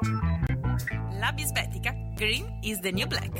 La Bisbetica, Green is the New Black.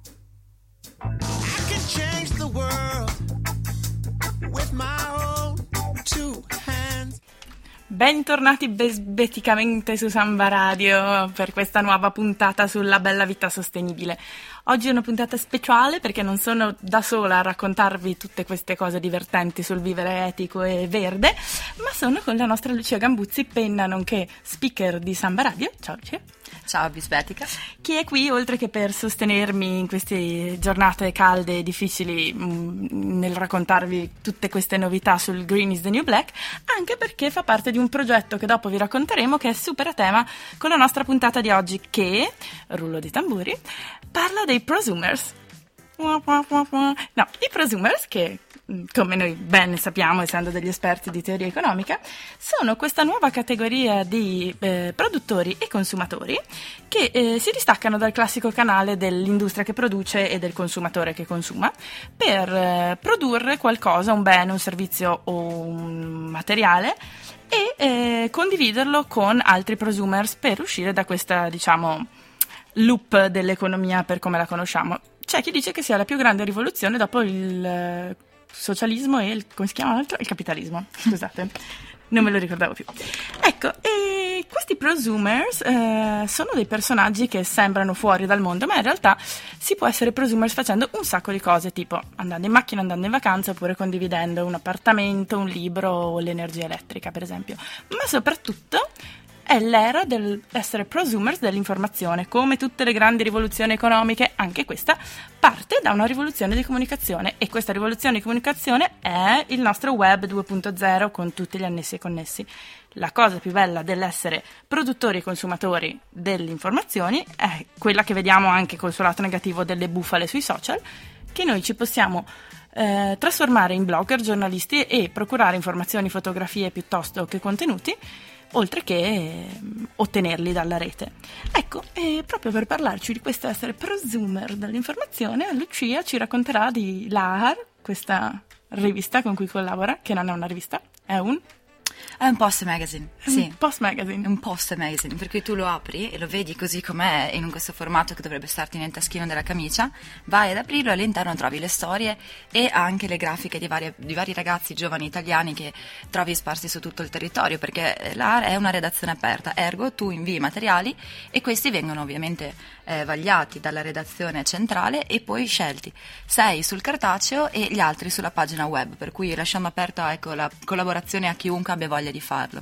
I can change the world with my own two hands. Bentornati besbeticamente su Samba Radio per questa nuova puntata sulla bella vita sostenibile. Oggi è una puntata speciale perché non sono da sola a raccontarvi tutte queste cose divertenti sul vivere etico e verde, ma sono con la nostra Lucia Gambuzzi, penna nonché speaker di Samba Radio. Ciao Lucia. Ciao Bisbetica. Che è qui oltre che per sostenermi in queste giornate calde e difficili nel raccontarvi tutte queste novità sul Green is the New Black, anche perché fa parte di un progetto che dopo vi racconteremo, che è super a tema con la nostra puntata di oggi, che, rullo di tamburi, parla dei prosumers. No, i prosumers, che come noi ben sappiamo essendo degli esperti di teoria economica, sono questa nuova categoria di produttori e consumatori che si distaccano dal classico canale dell'industria che produce e del consumatore che consuma per produrre qualcosa, un bene, un servizio o un materiale e condividerlo con altri prosumers per uscire da questa, diciamo, loop dell'economia per come la conosciamo. C'è chi dice che sia la più grande rivoluzione dopo il socialismo e come si chiama l'altro? Il capitalismo, scusate, non me lo ricordavo più. Ecco, e questi prosumers sono dei personaggi che sembrano fuori dal mondo, ma in realtà si può essere prosumers facendo un sacco di cose, tipo andando in macchina, andando in vacanza, oppure condividendo un appartamento, un libro o l'energia elettrica, per esempio. Ma soprattutto è l'era dell'essere prosumers dell'informazione. Come tutte le grandi rivoluzioni economiche, anche questa parte da una rivoluzione di comunicazione, e questa rivoluzione di comunicazione è il nostro web 2.0 con tutti gli annessi e connessi. La cosa più bella dell'essere produttori e consumatori delle informazioni è quella che vediamo anche col suo lato negativo delle bufale sui social, che noi ci possiamo trasformare in blogger, giornalisti e procurare informazioni, fotografie piuttosto che contenuti, oltre che ottenerli dalla rete. Ecco, e proprio per parlarci di questo essere prosumer dell'informazione, Lucia ci racconterà di Lahar, questa rivista con cui collabora, che non è una rivista, è un post magazine, sì. Un post magazine. Un post magazine, per cui tu lo apri e lo vedi così com'è, in questo formato che dovrebbe starti nel taschino della camicia, vai ad aprirlo e all'interno trovi le storie e anche le grafiche di vari ragazzi giovani italiani che trovi sparsi su tutto il territorio, perché l'AR è una redazione aperta, ergo tu invii materiali e questi vengono ovviamente vagliati dalla redazione centrale e poi scelti 6 sul cartaceo e gli altri sulla pagina web, per cui lasciamo aperta, ecco, la collaborazione a chiunque abbia voglia di farlo.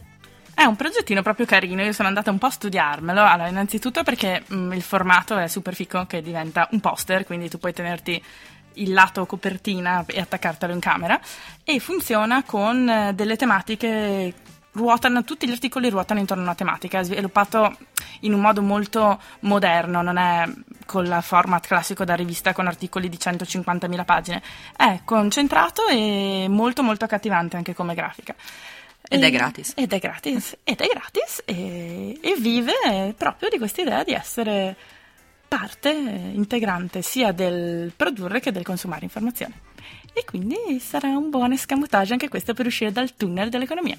È un progettino proprio carino, io sono andata un po' a studiarmelo. Allora, innanzitutto perché il formato è super fico, che diventa un poster, quindi tu puoi tenerti il lato copertina e attaccartelo in camera, e funziona con delle tematiche, tutti gli articoli ruotano intorno a una tematica, è sviluppato in un modo molto moderno, non è con la format classico da rivista con articoli di 150.000 pagine, è concentrato e molto molto accattivante anche come grafica. Ed è gratis e vive proprio di questa idea di essere parte integrante sia del produrre che del consumare informazione. E quindi sarà un buon escamotage anche questo per uscire dal tunnel dell'economia.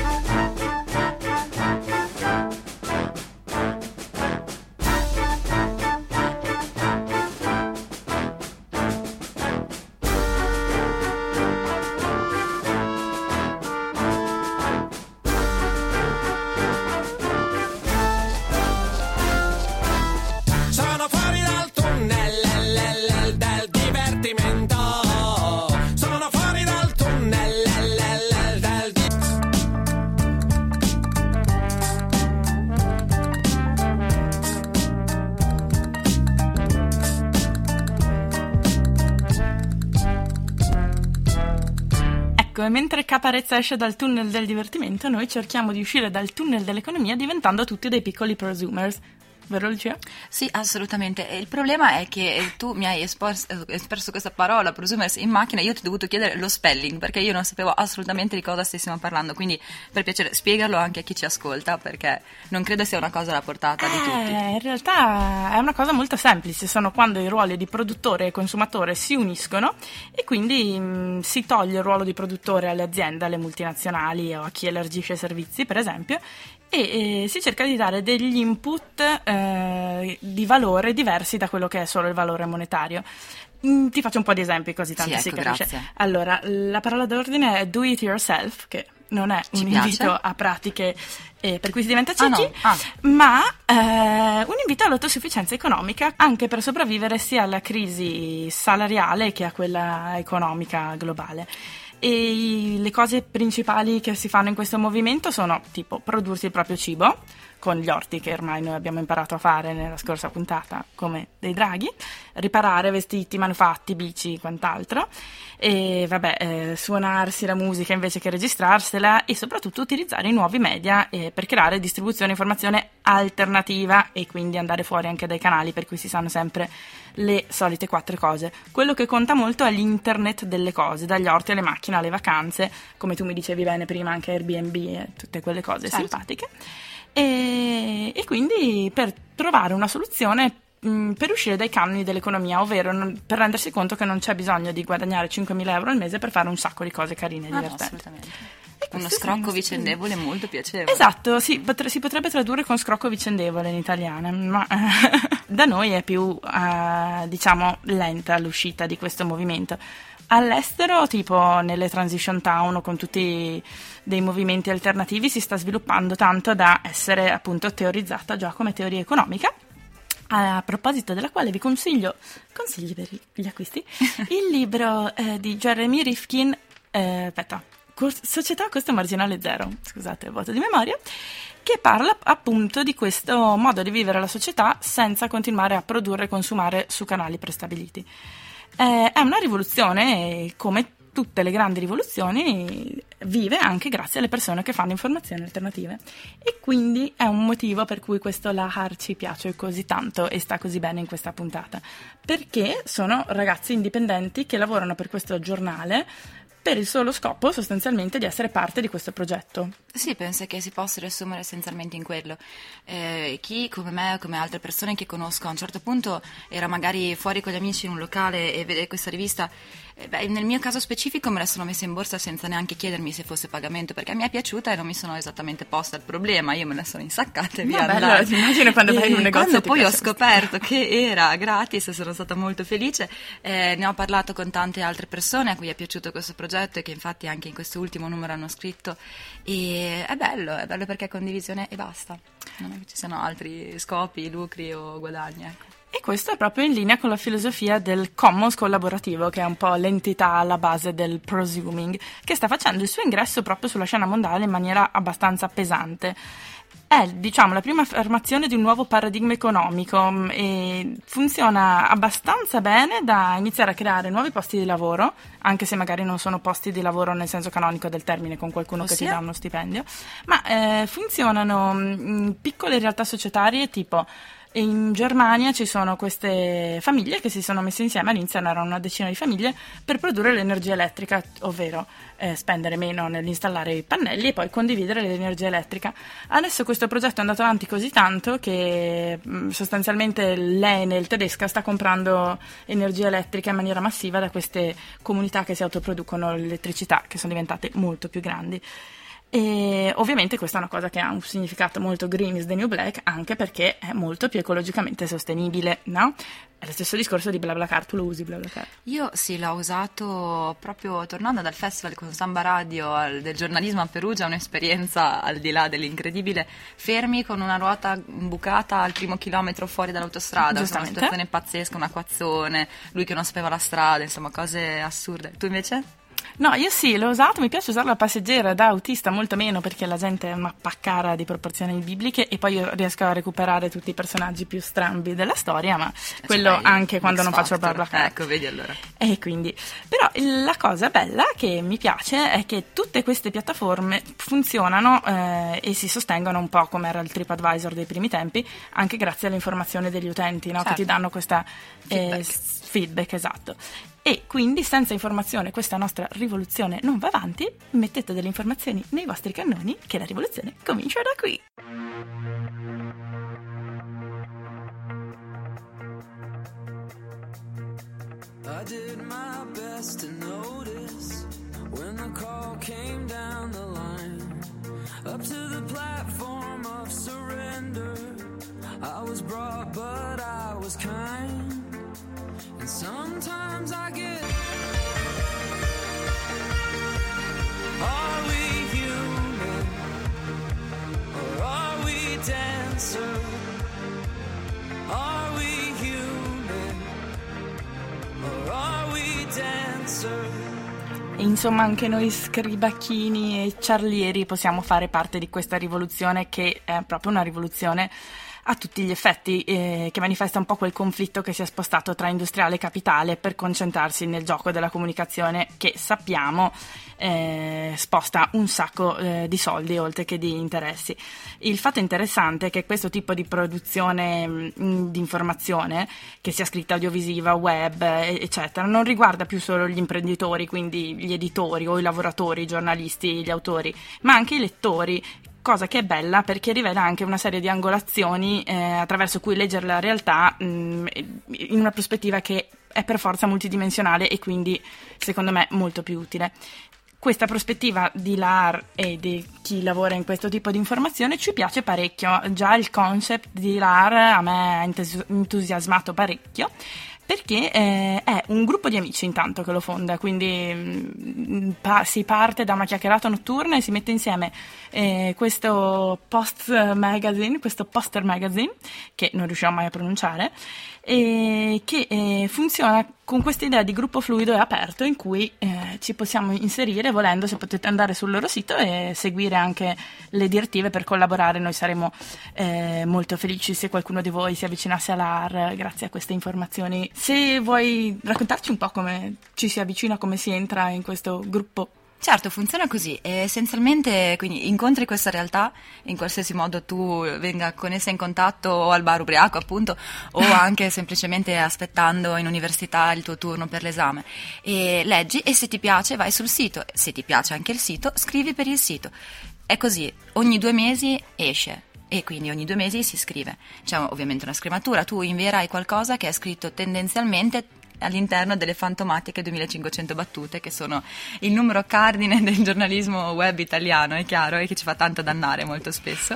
E mentre Caparezza esce dal tunnel del divertimento, noi cerchiamo di uscire dal tunnel dell'economia diventando tutti dei piccoli prosumers. vero Lucia? Sì, assolutamente. E il problema è che tu mi hai espresso questa parola, prosumers, in macchina, io ti ho dovuto chiedere lo spelling, perché io non sapevo assolutamente di cosa stessimo parlando, quindi per piacere spiegarlo anche a chi ci ascolta, perché non credo sia una cosa alla portata di tutti. In realtà è una cosa molto semplice, sono quando i ruoli di produttore e consumatore si uniscono e quindi si toglie il ruolo di produttore alle aziende, alle multinazionali o a chi elargisce servizi, per esempio, e si cerca di dare degli input di valore diversi da quello che è solo il valore monetario. Ti faccio un po' di esempi così tanto Sì, si ecco, capisce. grazie. Allora, la parola d'ordine è do it yourself, che non è un invito a pratiche per cui si diventa ciechi, ma un invito all'autosufficienza economica, anche per sopravvivere sia alla crisi salariale che a quella economica globale. E le cose principali che si fanno in questo movimento sono tipo prodursi il proprio cibo, con gli orti che ormai noi abbiamo imparato a fare nella scorsa puntata come dei draghi, riparare vestiti, manufatti, bici, quant'altro, e suonarsi la musica invece che registrarsela e soprattutto utilizzare i nuovi media per creare distribuzione e informazione alternativa e quindi andare fuori anche dai canali per cui si sanno sempre le solite 4 cose. Quello che conta molto è l'internet delle cose, dagli orti alle macchine alle vacanze, come tu mi dicevi bene prima anche Airbnb e tutte quelle cose simpatiche. E quindi per trovare una soluzione per uscire dai canoni dell'economia, ovvero per rendersi conto che non c'è bisogno di guadagnare 5.000 euro al mese per fare un sacco di cose carine e divertenti. Assolutamente. Uno scrocco vicendevole molto piacevole. Esatto, sì, si potrebbe tradurre con scrocco vicendevole in italiano, ma da noi è più, diciamo, lenta l'uscita di questo movimento. All'estero, tipo nelle transition town o con tutti dei movimenti alternativi, si sta sviluppando tanto da essere appunto teorizzata già come teoria economica, a proposito della quale vi consigli per gli acquisti, il libro di Jeremy Rifkin, Società a costo marginale zero, scusate il vuoto di memoria, che parla appunto di questo modo di vivere la società senza continuare a produrre e consumare su canali prestabiliti. È una rivoluzione e come tutte le grandi rivoluzioni vive anche grazie alle persone che fanno informazioni alternative e quindi è un motivo per cui questo Lahar ci piace così tanto e sta così bene in questa puntata, perché sono ragazzi indipendenti che lavorano per questo giornale per il solo scopo sostanzialmente di essere parte di questo progetto. Sì, penso che si possa riassumere essenzialmente in quello. Chi come me o come altre persone che conosco a un certo punto era magari fuori con gli amici in un locale e vede questa rivista, nel mio caso specifico me la sono messa in borsa senza neanche chiedermi se fosse pagamento, perché mi è piaciuta e non mi sono esattamente posta il problema, io me la sono insaccata e via. Bello, ti immagino quando vai in un negozio. Quando poi ho scoperto che era gratis sono stata molto felice, ne ho parlato con tante altre persone a cui è piaciuto questo progetto e che infatti anche in questo ultimo numero hanno scritto, e è bello perché è condivisione e basta, non è che ci siano altri scopi, lucri o guadagni, ecco. E questo è proprio in linea con la filosofia del commons collaborativo, che è un po' l'entità alla base del prosuming, che sta facendo il suo ingresso proprio sulla scena mondiale in maniera abbastanza pesante. È, diciamo, la prima affermazione di un nuovo paradigma economico e funziona abbastanza bene da iniziare a creare nuovi posti di lavoro, anche se magari non sono posti di lavoro nel senso canonico del termine, con qualcuno che ti dà uno stipendio, ma funzionano piccole realtà societarie tipo... In Germania ci sono queste famiglie che si sono messe insieme, all'inizio erano una decina di famiglie, per produrre l'energia elettrica, ovvero spendere meno nell'installare i pannelli e poi condividere l'energia elettrica. Adesso questo progetto è andato avanti così tanto che sostanzialmente l'Enel tedesca sta comprando energia elettrica in maniera massiva da queste comunità che si autoproducono l'elettricità, che sono diventate molto più grandi. E ovviamente questa è una cosa che ha un significato molto green is the new black, anche perché è molto più ecologicamente sostenibile, no? È lo stesso discorso di BlaBlaCar, tu lo usi BlaBlaCar? Io sì, l'ho usato proprio tornando dal festival con Samba Radio del giornalismo a Perugia, un'esperienza al di là dell'incredibile, fermi con una ruota bucata al primo chilometro fuori dall'autostrada, una situazione pazzesca, un acquazzone, lui che non sapeva la strada, insomma cose assurde. Tu invece? No, io sì, l'ho usato, mi piace usarlo a passeggera, da autista molto meno perché la gente è una paccara di proporzioni bibliche e poi io riesco a recuperare tutti i personaggi più strambi della storia, ma quello anche quando non faccio BlaBlaCar. Ecco, vedi allora. E quindi, però la cosa bella che mi piace è che tutte queste piattaforme funzionano e si sostengono un po' come era il TripAdvisor dei primi tempi, anche grazie all'informazione degli utenti, no? Certo. Che ti danno questa feedback, esatto. E quindi senza informazione questa nostra rivoluzione non va avanti, mettete delle informazioni nei vostri cannoni che la rivoluzione comincia da qui. I did my best to notice when the call came down the line up to the platform of surrender. I was brought but I was kind. And sometimes I get, are we human or are we dancer? Are we human or are we dancer? E insomma anche noi scribacchini e ciarlieri possiamo fare parte di questa rivoluzione che è proprio una rivoluzione a tutti gli effetti, che manifesta un po' quel conflitto che si è spostato tra industriale e capitale per concentrarsi nel gioco della comunicazione che sappiamo sposta un sacco di soldi oltre che di interessi. Il fatto interessante è che questo tipo di produzione di informazione, che sia scritta, audiovisiva, web, eccetera, non riguarda più solo gli imprenditori, quindi gli editori o i lavoratori, i giornalisti, gli autori, ma anche i lettori, cosa che è bella perché rivela anche una serie di angolazioni attraverso cui leggere la realtà in una prospettiva che è per forza multidimensionale e quindi secondo me molto più utile. Questa prospettiva di l'AR e di chi lavora in questo tipo di informazione ci piace parecchio. Già il concept di l'AR a me ha entusiasmato parecchio, perché è un gruppo di amici intanto che lo fonda, quindi si parte da una chiacchierata notturna e si mette insieme questo poster magazine, che non riusciamo mai a pronunciare, che funziona con questa idea di gruppo fluido e aperto in cui ci possiamo inserire volendo. Se potete andare sul loro sito e seguire anche le direttive per collaborare, noi saremo molto felici se qualcuno di voi si avvicinasse all'AR grazie a queste informazioni. Se vuoi raccontarci un po' come ci si avvicina, come si entra in questo gruppo. Certo, funziona così. Essenzialmente, quindi incontri questa realtà in qualsiasi modo tu venga con essa in contatto, o al bar ubriaco appunto, o anche semplicemente aspettando in università il tuo turno per l'esame, e leggi, e se ti piace vai sul sito, se ti piace anche il sito scrivi per il sito. È così, ogni 2 mesi esce e quindi ogni 2 mesi si scrive. C'è ovviamente una scrematura, tu invierai qualcosa che è scritto tendenzialmente all'interno delle fantomatiche 2500 battute, che sono il numero cardine del giornalismo web italiano, è chiaro, e che ci fa tanto dannare molto spesso,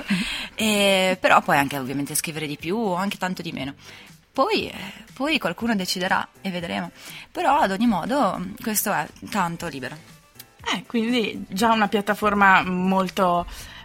però puoi anche ovviamente scrivere di più o anche tanto di meno. Poi qualcuno deciderà e vedremo, però ad ogni modo questo è tanto libero. Quindi già una piattaforma molto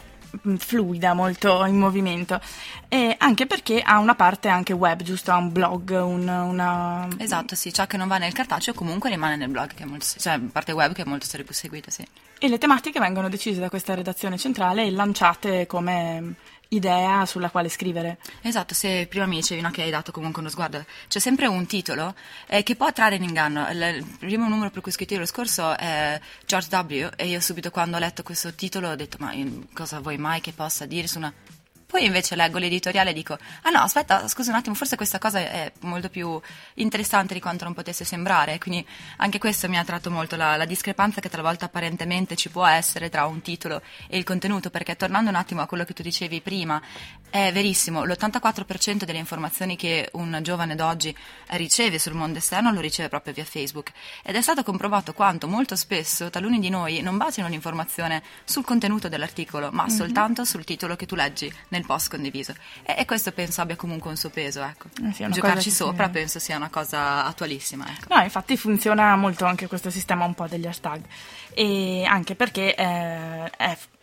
fluida, molto in movimento, e anche perché ha una parte anche web, giusto? Ha un blog, una... Esatto, sì, ciò che non va nel cartaceo comunque rimane nel blog, che è molto, cioè parte web che è molto più seguita, sì. E le tematiche vengono decise da questa redazione centrale e lanciate come idea sulla quale scrivere. Esatto, se prima mi dicevi, no, che hai dato comunque uno sguardo, c'è sempre un titolo che può trarre in inganno. Il primo numero per cui ho scritto io lo scorso è George W. e io subito quando ho letto questo titolo ho detto ma cosa vuoi mai che possa dire su una... Poi invece leggo l'editoriale e dico ah no, aspetta, scusa un attimo, forse questa cosa è molto più interessante di quanto non potesse sembrare. Quindi anche questo mi ha attratto molto, la discrepanza che talvolta apparentemente ci può essere tra un titolo e il contenuto, perché tornando un attimo a quello che tu dicevi prima, è verissimo, l'84% delle informazioni che un giovane d'oggi riceve sul mondo esterno lo riceve proprio via Facebook, ed è stato comprovato quanto molto spesso taluni di noi non basino l'informazione sul contenuto dell'articolo, ma soltanto sul titolo che tu leggi nel post condiviso, e questo penso abbia comunque un suo peso, ecco. Sì, Giocarci sopra penso sia una cosa attualissima, ecco. No, infatti funziona molto anche questo sistema un po' degli hashtag, e anche perché è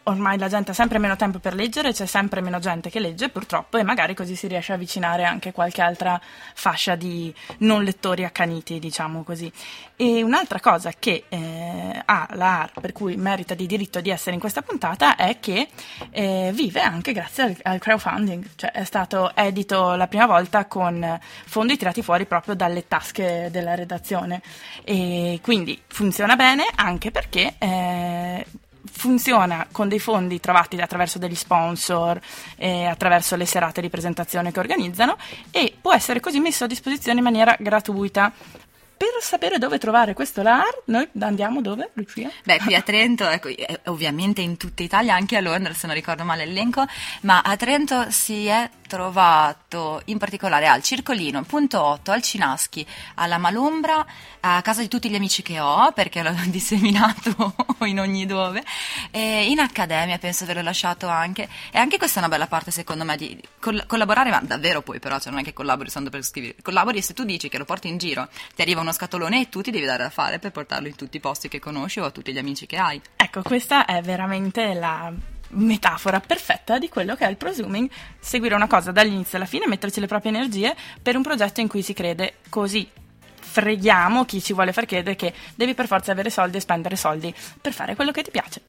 ormai la gente ha sempre meno tempo per leggere, c'è sempre meno gente che legge purtroppo, e magari così si riesce a avvicinare anche qualche altra fascia di non lettori accaniti, diciamo così. E un'altra cosa che ha la AR, per cui merita di diritto di essere in questa puntata, è che vive anche grazie al crowdfunding, cioè è stato edito la prima volta con fondi tirati fuori proprio dalle tasche della redazione, e quindi funziona bene anche perché funziona con dei fondi trovati attraverso degli sponsor, attraverso le serate di presentazione che organizzano, e può essere così messo a disposizione in maniera gratuita. Per sapere dove trovare questo LAR, noi andiamo dove, Lucia? Beh, qui a Trento, ecco, ovviamente in tutta Italia, anche a Londra, se non ricordo male l'elenco, ma a Trento si è trovato in particolare al Circolino, Punto 8, al Cinaschi, alla Malumbra, a casa di tutti gli amici che ho, perché l'ho disseminato in ogni dove, e in Accademia penso averlo lasciato anche, e anche questa è una bella parte secondo me di collaborare, ma davvero poi però, cioè non è che collabori solo per scrivere, collabori e se tu dici che lo porti in giro, ti arriva uno scatolone e tu ti devi dare da fare per portarlo in tutti i posti che conosci o a tutti gli amici che hai. Ecco, questa è veramente la metafora perfetta di quello che è il prosuming: seguire una cosa dall'inizio alla fine, metterci le proprie energie per un progetto in cui si crede, così freghiamo chi ci vuole far credere che devi per forza avere soldi e spendere soldi per fare quello che ti piace.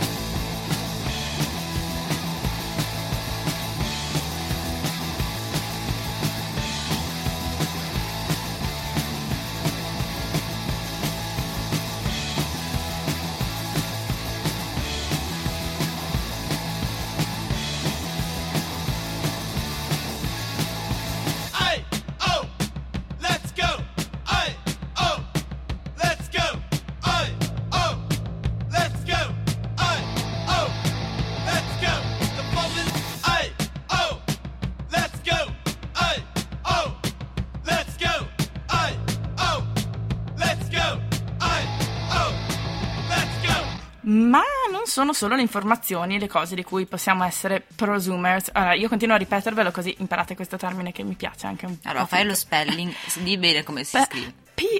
Ma non sono solo le informazioni le cose di cui possiamo essere prosumers. Allora, io continuo a ripetervelo così imparate questo termine che mi piace anche un po'. Allora, fai lo spelling, di bene come si scrive.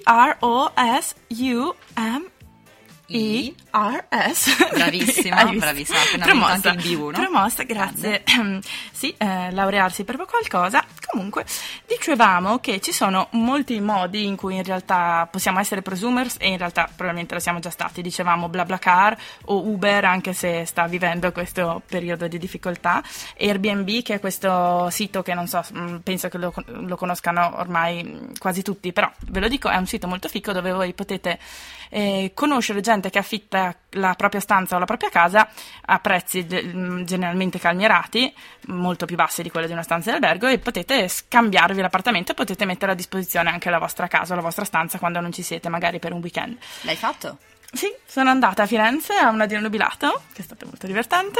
Prosumers. Bravissima, bravissima, appena vinto anche il B1. Promossa, grazie. Sì, laurearsi per qualcosa. Comunque, dicevamo che ci sono molti modi in cui in realtà possiamo essere prosumers, e in realtà probabilmente lo siamo già stati. Dicevamo BlaBlaCar o Uber, anche se sta vivendo questo periodo di difficoltà. Airbnb, che è questo sito che non so, penso che lo conoscano ormai quasi tutti, però ve lo dico, è un sito molto fico dove voi potete conoscere gente che affitta la propria stanza o la propria casa a prezzi generalmente calmierati, molto più bassi di quelli di una stanza di albergo, e potete scambiarvi l'appartamento e potete mettere a disposizione anche la vostra casa o la vostra stanza quando non ci siete, magari per un weekend. L'hai fatto? Sì, sono andata a Firenze a un addio nubilato, che è stato molto divertente,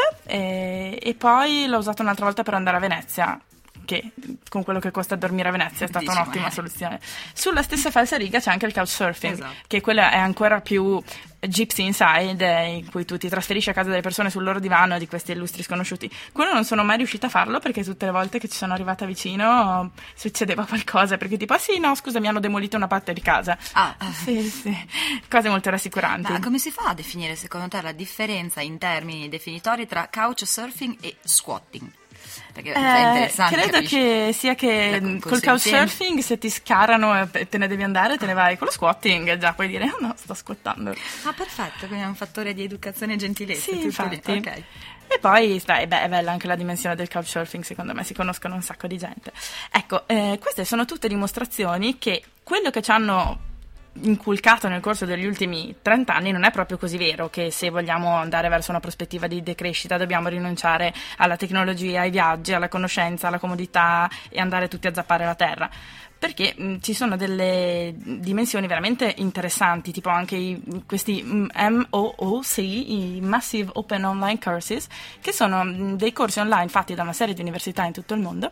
e poi l'ho usato un'altra volta per andare a Venezia, che con quello che costa dormire a Venezia è stata un'ottima soluzione. Sulla stessa falsariga c'è anche il couchsurfing, esatto, che quello è ancora più Gypsy Inside, in cui tu ti trasferisci a casa delle persone sul loro divano, di questi illustri sconosciuti. Quello non sono mai riuscita a farlo, perché tutte le volte che ci sono arrivata vicino succedeva qualcosa, perché tipo, sì, no, scusa, mi hanno demolito una parte di casa. Sì, cose molto rassicuranti. Ma come si fa a definire secondo te la differenza in termini definitori tra couchsurfing e squatting? Perché è interessante. Credo che sia che col couchsurfing, se ti scarano e te ne devi andare, te ne vai. Con lo squatting già puoi dire, no, sto squattando. Ah, perfetto, quindi è un fattore di educazione e gentilezza. Sì, infatti. Okay. E poi è bella anche la dimensione del couchsurfing, secondo me si conoscono un sacco di gente. Ecco, queste sono tutte dimostrazioni che quello che ci hanno inculcato nel corso degli ultimi 30 anni non è proprio così vero, che se vogliamo andare verso una prospettiva di decrescita dobbiamo rinunciare alla tecnologia, ai viaggi, alla conoscenza, alla comodità e andare tutti a zappare la terra, perché ci sono delle dimensioni veramente interessanti, tipo anche questi MOOC, i Massive Open Online Courses, che sono dei corsi online fatti da una serie di università in tutto il mondo,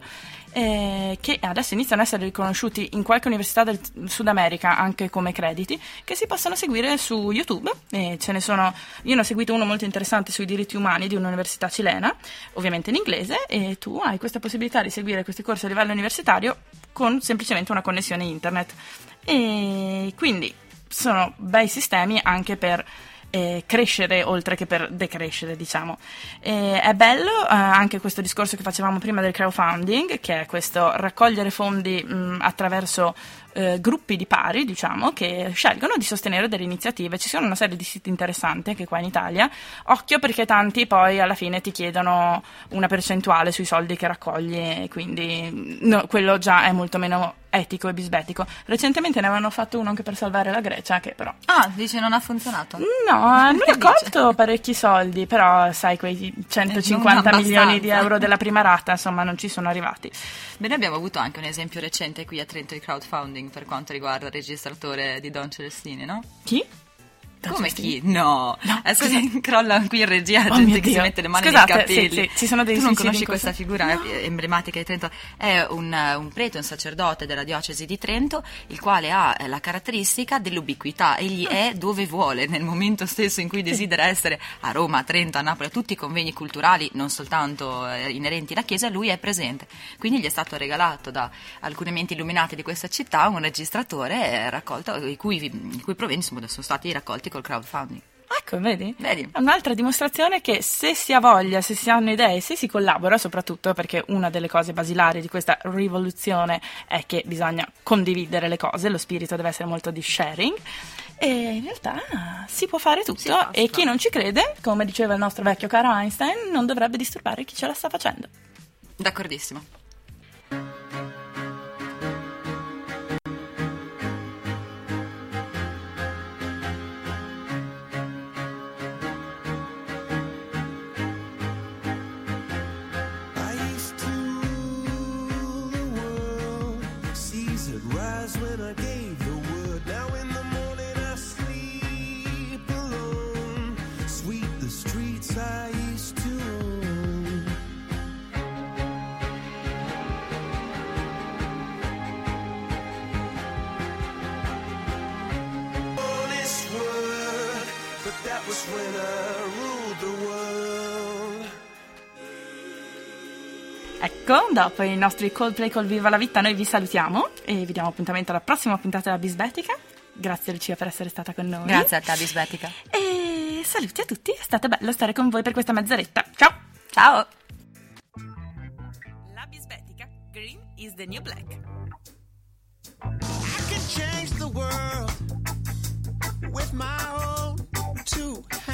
che adesso iniziano a essere riconosciuti in qualche università del Sud America anche come crediti, che si possono seguire su YouTube, e ce ne sono. Io ne ho seguito uno molto interessante sui diritti umani di un'università cilena, ovviamente in inglese, e tu hai questa possibilità di seguire questi corsi a livello universitario con semplicemente una connessione internet, e quindi sono bei sistemi anche per crescere oltre che per decrescere, diciamo. È bello anche questo discorso che facevamo prima del crowdfunding, che è questo raccogliere fondi attraverso gruppi di pari, diciamo, che scelgono di sostenere delle iniziative. Ci sono una serie di siti interessanti anche qua in Italia. Occhio, perché tanti poi alla fine ti chiedono una percentuale sui soldi che raccogli, e quindi quello già è molto meno etico e bisbetico. Recentemente ne avevano fatto uno anche per salvare la Grecia, che però... Ah, dice non ha funzionato? No, hanno raccolto parecchi soldi, però sai, quei 150 milioni di euro della prima rata, insomma, non ci sono arrivati. Bene, abbiamo avuto anche un esempio recente qui a Trento di crowdfunding per quanto riguarda il registratore di Don Celestini, no? Chi? Come chi? No. Scusi, crolla qui in regia Oh gente che si mette le mani nei capelli. Sì, ci sono dei tu non suicidi conosci questa figura emblematica di Trento? È un prete, un sacerdote della diocesi di Trento, il quale ha la caratteristica dell'ubiquità. Egli è dove vuole, nel momento stesso in cui desidera essere, a Roma, a Trento, a Napoli, a tutti i convegni culturali, non soltanto inerenti alla Chiesa, lui è presente. Quindi gli è stato regalato da alcune menti illuminate di questa città un registratore raccolto, i cui proventi sono stati raccolti col crowdfunding. Ecco, vedi? Vedi? È un'altra dimostrazione che se si ha voglia, se si hanno idee, se si collabora, soprattutto perché una delle cose basilari di questa rivoluzione è che bisogna condividere le cose, lo spirito deve essere molto di sharing, e in realtà si può fare tutto, e chi non ci crede, come diceva il nostro vecchio caro Einstein, non dovrebbe disturbare chi ce la sta facendo. D'accordissimo. Ecco, dopo i nostri Coldplay col Viva la Vita noi vi salutiamo e vi diamo appuntamento alla prossima puntata della Bisbetica. Grazie Lucia per essere stata con noi. Grazie a te Bisbetica. E saluti a tutti, è stato bello stare con voi per questa mezz'oretta. Ciao! Ciao! La Bisbetica, Green is the New Black. I can change the world with my own 2